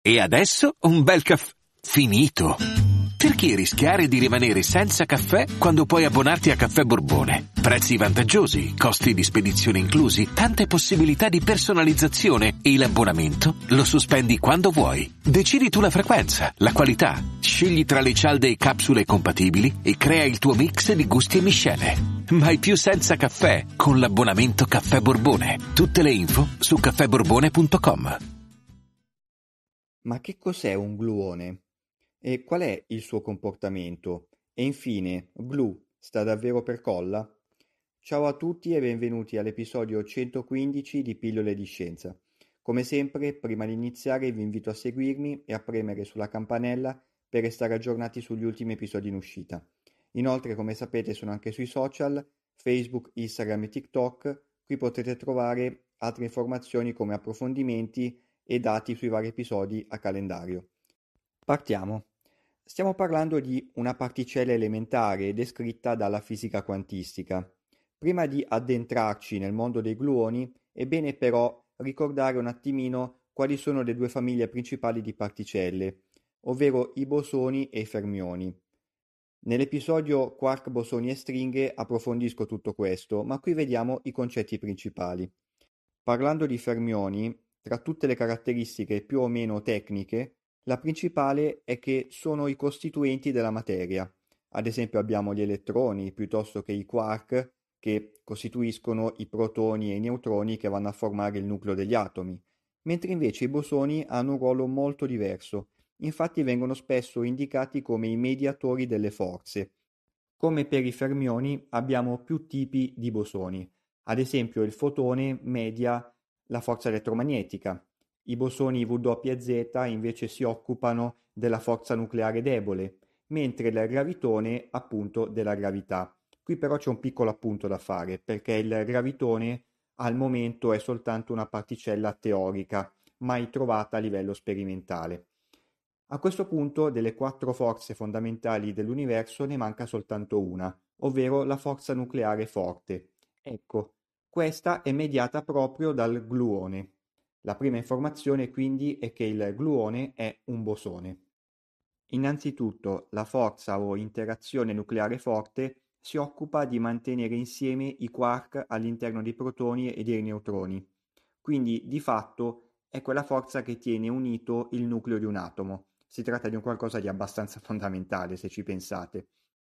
E adesso un bel caffè finito. Perché rischiare di rimanere senza caffè quando puoi abbonarti a Caffè Borbone? Prezzi vantaggiosi, costi di spedizione inclusi, tante possibilità di personalizzazione e l'abbonamento lo sospendi quando vuoi. Decidi tu la frequenza, la qualità, scegli tra le cialde e capsule compatibili e crea il tuo mix di gusti e miscele. Mai più senza caffè con l'abbonamento Caffè Borbone. Tutte le info su caffèborbone.com. Ma che cos'è un gluone? E qual è il suo comportamento? E infine, Glu sta davvero per colla? Ciao a tutti e benvenuti all'episodio 115 di Pillole di Scienza. Come sempre, prima di iniziare vi invito a seguirmi e a premere sulla campanella per restare aggiornati sugli ultimi episodi in uscita. Inoltre, come sapete, sono anche sui social, Facebook, Instagram e TikTok. Qui potete trovare altre informazioni come approfondimenti e dati sui vari episodi a calendario. Partiamo. Stiamo parlando di una particella elementare descritta dalla fisica quantistica. Prima di addentrarci nel mondo dei gluoni, è bene però ricordare un attimino quali sono le due famiglie principali di particelle, ovvero i bosoni e i fermioni. Nell'episodio Quark, bosoni e stringhe approfondisco tutto questo, ma qui vediamo i concetti principali. Parlando di fermioni, tra tutte le caratteristiche più o meno tecniche, la principale è che sono i costituenti della materia. Ad esempio abbiamo gli elettroni piuttosto che i quark che costituiscono i protoni e i neutroni che vanno a formare il nucleo degli atomi, mentre invece i bosoni hanno un ruolo molto diverso. Infatti vengono spesso indicati come i mediatori delle forze. Come per i fermioni abbiamo più tipi di bosoni. Ad esempio il fotone media la forza elettromagnetica. I bosoni W e Z invece si occupano della forza nucleare debole, mentre il gravitone appunto della gravità. Qui però c'è un piccolo appunto da fare, perché il gravitone al momento è soltanto una particella teorica, mai trovata a livello sperimentale. A questo punto delle quattro forze fondamentali dell'universo ne manca soltanto una, ovvero la forza nucleare forte. Ecco, questa è mediata proprio dal gluone. La prima informazione quindi è che il gluone è un bosone. Innanzitutto, la forza o interazione nucleare forte si occupa di mantenere insieme i quark all'interno dei protoni e dei neutroni. Quindi, di fatto, è quella forza che tiene unito il nucleo di un atomo. Si tratta di un qualcosa di abbastanza fondamentale, se ci pensate.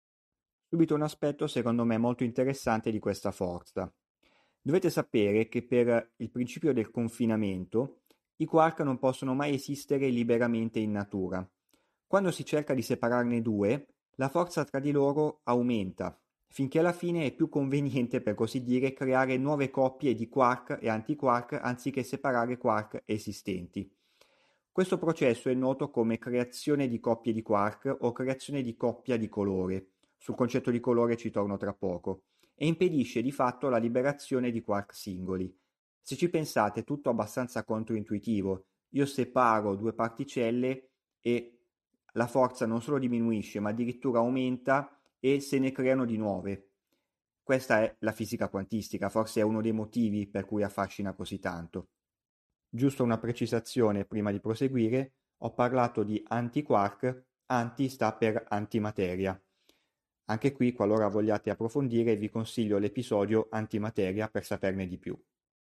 Subito un aspetto secondo me molto interessante di questa forza. Dovete sapere che per il principio del confinamento i quark non possono mai esistere liberamente in natura. Quando si cerca di separarne due, la forza tra di loro aumenta, finché alla fine è più conveniente, per così dire, creare nuove coppie di quark e antiquark anziché separare quark esistenti. Questo processo è noto come creazione di coppie di quark o creazione di coppia di colore. Sul concetto di colore ci torno tra poco, e impedisce di fatto la liberazione di quark singoli. Se ci pensate è tutto abbastanza controintuitivo. Io separo due particelle e la forza non solo diminuisce, ma addirittura aumenta e se ne creano di nuove. Questa è la fisica quantistica, forse è uno dei motivi per cui affascina così tanto. Giusto una precisazione prima di proseguire, ho parlato di antiquark, anti sta per antimateria. Anche qui, qualora vogliate approfondire, vi consiglio l'episodio Antimateria per saperne di più.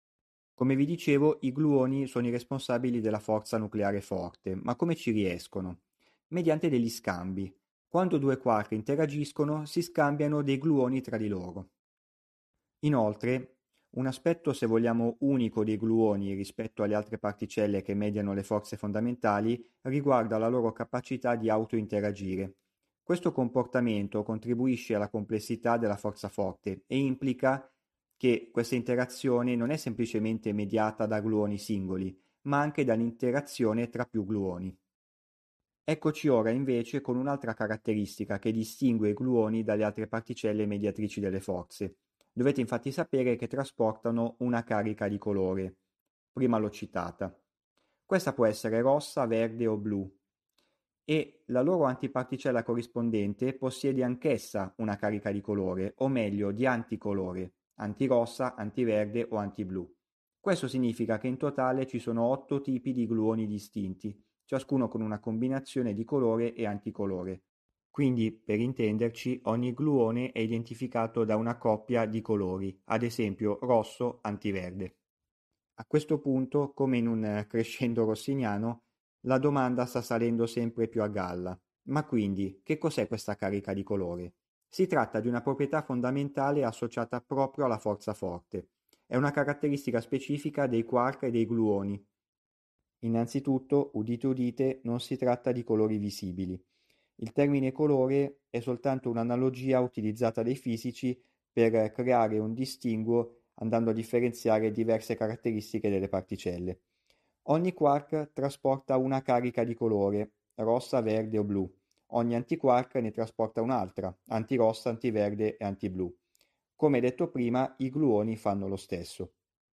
Come vi dicevo, i gluoni sono i responsabili della forza nucleare forte, ma come ci riescono? Mediante degli scambi. Quando due quark interagiscono, si scambiano dei gluoni tra di loro. Inoltre, un aspetto, se vogliamo, unico dei gluoni rispetto alle altre particelle che mediano le forze fondamentali riguarda la loro capacità di autointeragire. Questo comportamento contribuisce alla complessità della forza forte e implica che questa interazione non è semplicemente mediata da gluoni singoli, ma anche dall'interazione tra più gluoni. Eccoci ora invece con un'altra caratteristica che distingue i gluoni dalle altre particelle mediatrici delle forze. Dovete infatti sapere che trasportano una carica di colore. Prima l'ho citata. Questa può essere rossa, verde o blu. E la loro antiparticella corrispondente possiede anch'essa una carica di colore, o meglio di anticolore, antirossa, antiverde o antiblu. Questo significa che in totale ci sono 8 tipi di gluoni distinti, ciascuno con una combinazione di colore e anticolore. Quindi, per intenderci, ogni gluone è identificato da una coppia di colori, ad esempio rosso antiverde. A questo punto, come in un crescendo rossiniano, la domanda sta salendo sempre più a galla. Ma quindi, che cos'è questa carica di colore? Si tratta di una proprietà fondamentale associata proprio alla forza forte. È una caratteristica specifica dei quark e dei gluoni. Innanzitutto, udite udite, non si tratta di colori visibili. Il termine colore è soltanto un'analogia utilizzata dai fisici per creare un distinguo andando a differenziare diverse caratteristiche delle particelle. Ogni quark trasporta una carica di colore, rossa, verde o blu. Ogni antiquark ne trasporta un'altra, antirossa, antiverde e antiblu. Come detto prima, i gluoni fanno lo stesso.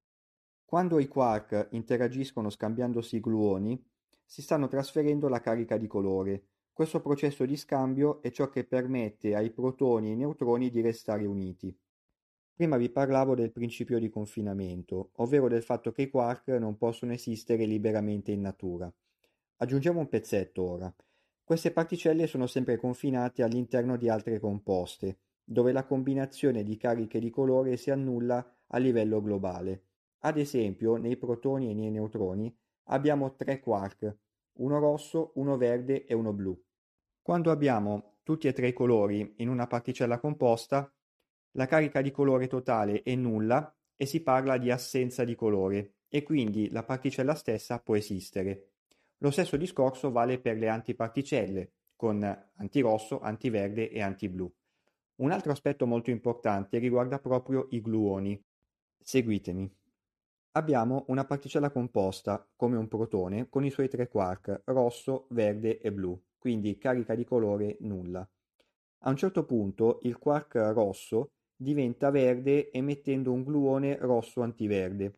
Quando i quark interagiscono scambiandosi gluoni, si stanno trasferendo la carica di colore. Questo processo di scambio è ciò che permette ai protoni e ai neutroni di restare uniti. Prima vi parlavo del principio di confinamento, ovvero del fatto che i quark non possono esistere liberamente in natura. Aggiungiamo un pezzetto ora. Queste particelle sono sempre confinate all'interno di altre composte, dove la combinazione di cariche di colore si annulla a livello globale. Ad esempio, nei protoni e nei neutroni abbiamo tre quark, uno rosso, uno verde e uno blu. Quando abbiamo tutti e tre i colori in una particella composta, la carica di colore totale è nulla e si parla di assenza di colore e quindi la particella stessa può esistere. Lo stesso discorso vale per le antiparticelle, con antirosso, antiverde e antiblu. Un altro aspetto molto importante riguarda proprio i gluoni. Seguitemi. Abbiamo una particella composta, come un protone, con i suoi tre quark, rosso, verde e blu, quindi carica di colore nulla. A un certo punto il quark rosso diventa verde emettendo un gluone rosso antiverde.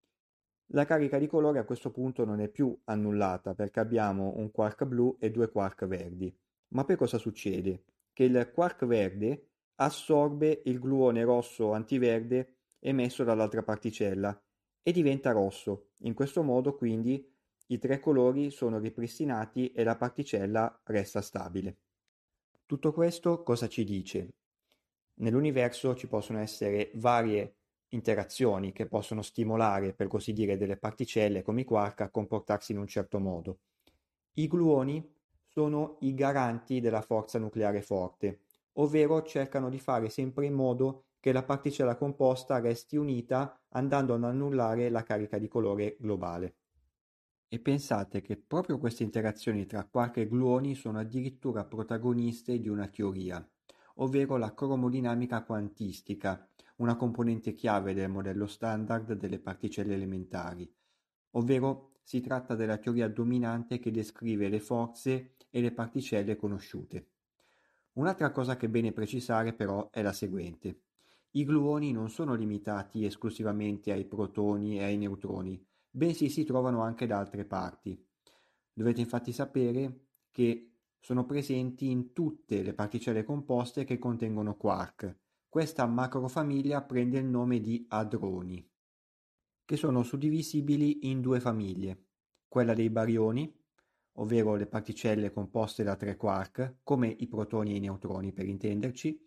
La carica di colore a questo punto non è più annullata perché abbiamo un quark blu e due quark verdi. Ma poi cosa succede? Che il quark verde assorbe il gluone rosso antiverde emesso dall'altra particella e diventa rosso. In questo modo quindi i tre colori sono ripristinati e la particella resta stabile. Tutto questo cosa ci dice? Nell'universo ci possono essere varie interazioni che possono stimolare, per così dire, delle particelle come i quark a comportarsi in un certo modo. I gluoni sono i garanti della forza nucleare forte, ovvero cercano di fare sempre in modo che la particella composta resti unita andando ad annullare la carica di colore globale. E pensate che proprio queste interazioni tra quark e gluoni sono addirittura protagoniste di una teoria, ovvero la cromodinamica quantistica, una componente chiave del modello standard delle particelle elementari, ovvero si tratta della teoria dominante che descrive le forze e le particelle conosciute. Un'altra cosa che è bene precisare però è la seguente. I gluoni non sono limitati esclusivamente ai protoni e ai neutroni, bensì si trovano anche da altre parti. Dovete infatti sapere che sono presenti in tutte le particelle composte che contengono quark. Questa macrofamiglia prende il nome di hadroni, che sono suddivisibili in due famiglie, quella dei barioni, ovvero le particelle composte da tre quark, come i protoni e i neutroni per intenderci,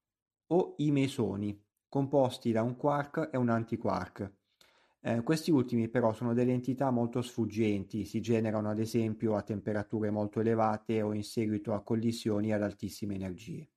o i mesoni, composti da un quark e un antiquark. Questi ultimi però sono delle entità molto sfuggenti, si generano ad esempio a temperature molto elevate o in seguito a collisioni ad altissime energie.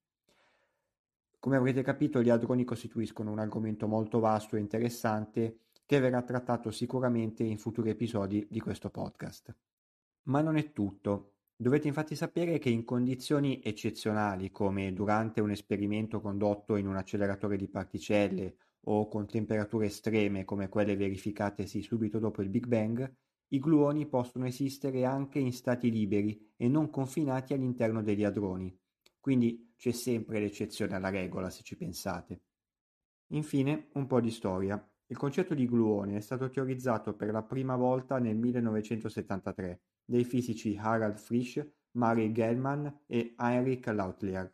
Come avrete capito, gli hadroni costituiscono un argomento molto vasto e interessante che verrà trattato sicuramente in futuri episodi di questo podcast. Ma non è tutto. Dovete infatti sapere che in condizioni eccezionali, come durante un esperimento condotto in un acceleratore di particelle o con temperature estreme come quelle verificatesi subito dopo il Big Bang, i gluoni possono esistere anche in stati liberi e non confinati all'interno degli hadroni. Quindi c'è sempre l'eccezione alla regola, se ci pensate. Infine, un po' di storia. Il concetto di gluone è stato teorizzato per la prima volta nel 1973 dai fisici Harald Frisch, Murray Gell-Mann e Heinrich Lautlier.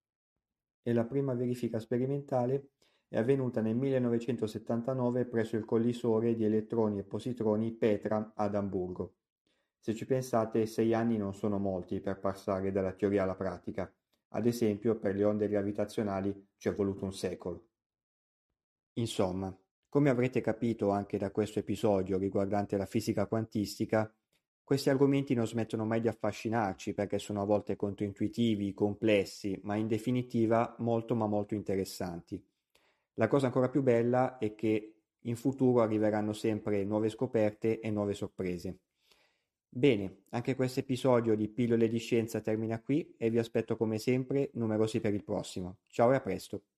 E la prima verifica sperimentale è avvenuta nel 1979 presso il collisore di elettroni e positroni Petra ad Amburgo. Se ci pensate, 6 anni non sono molti per passare dalla teoria alla pratica. Ad esempio, per le onde gravitazionali ci è voluto un secolo. Insomma, come avrete capito anche da questo episodio riguardante la fisica quantistica, questi argomenti non smettono mai di affascinarci perché sono a volte controintuitivi, complessi, ma in definitiva molto ma molto interessanti. La cosa ancora più bella è che in futuro arriveranno sempre nuove scoperte e nuove sorprese. Bene, anche questo episodio di Pillole di Scienza termina qui e vi aspetto come sempre numerosi per il prossimo. Ciao e a presto!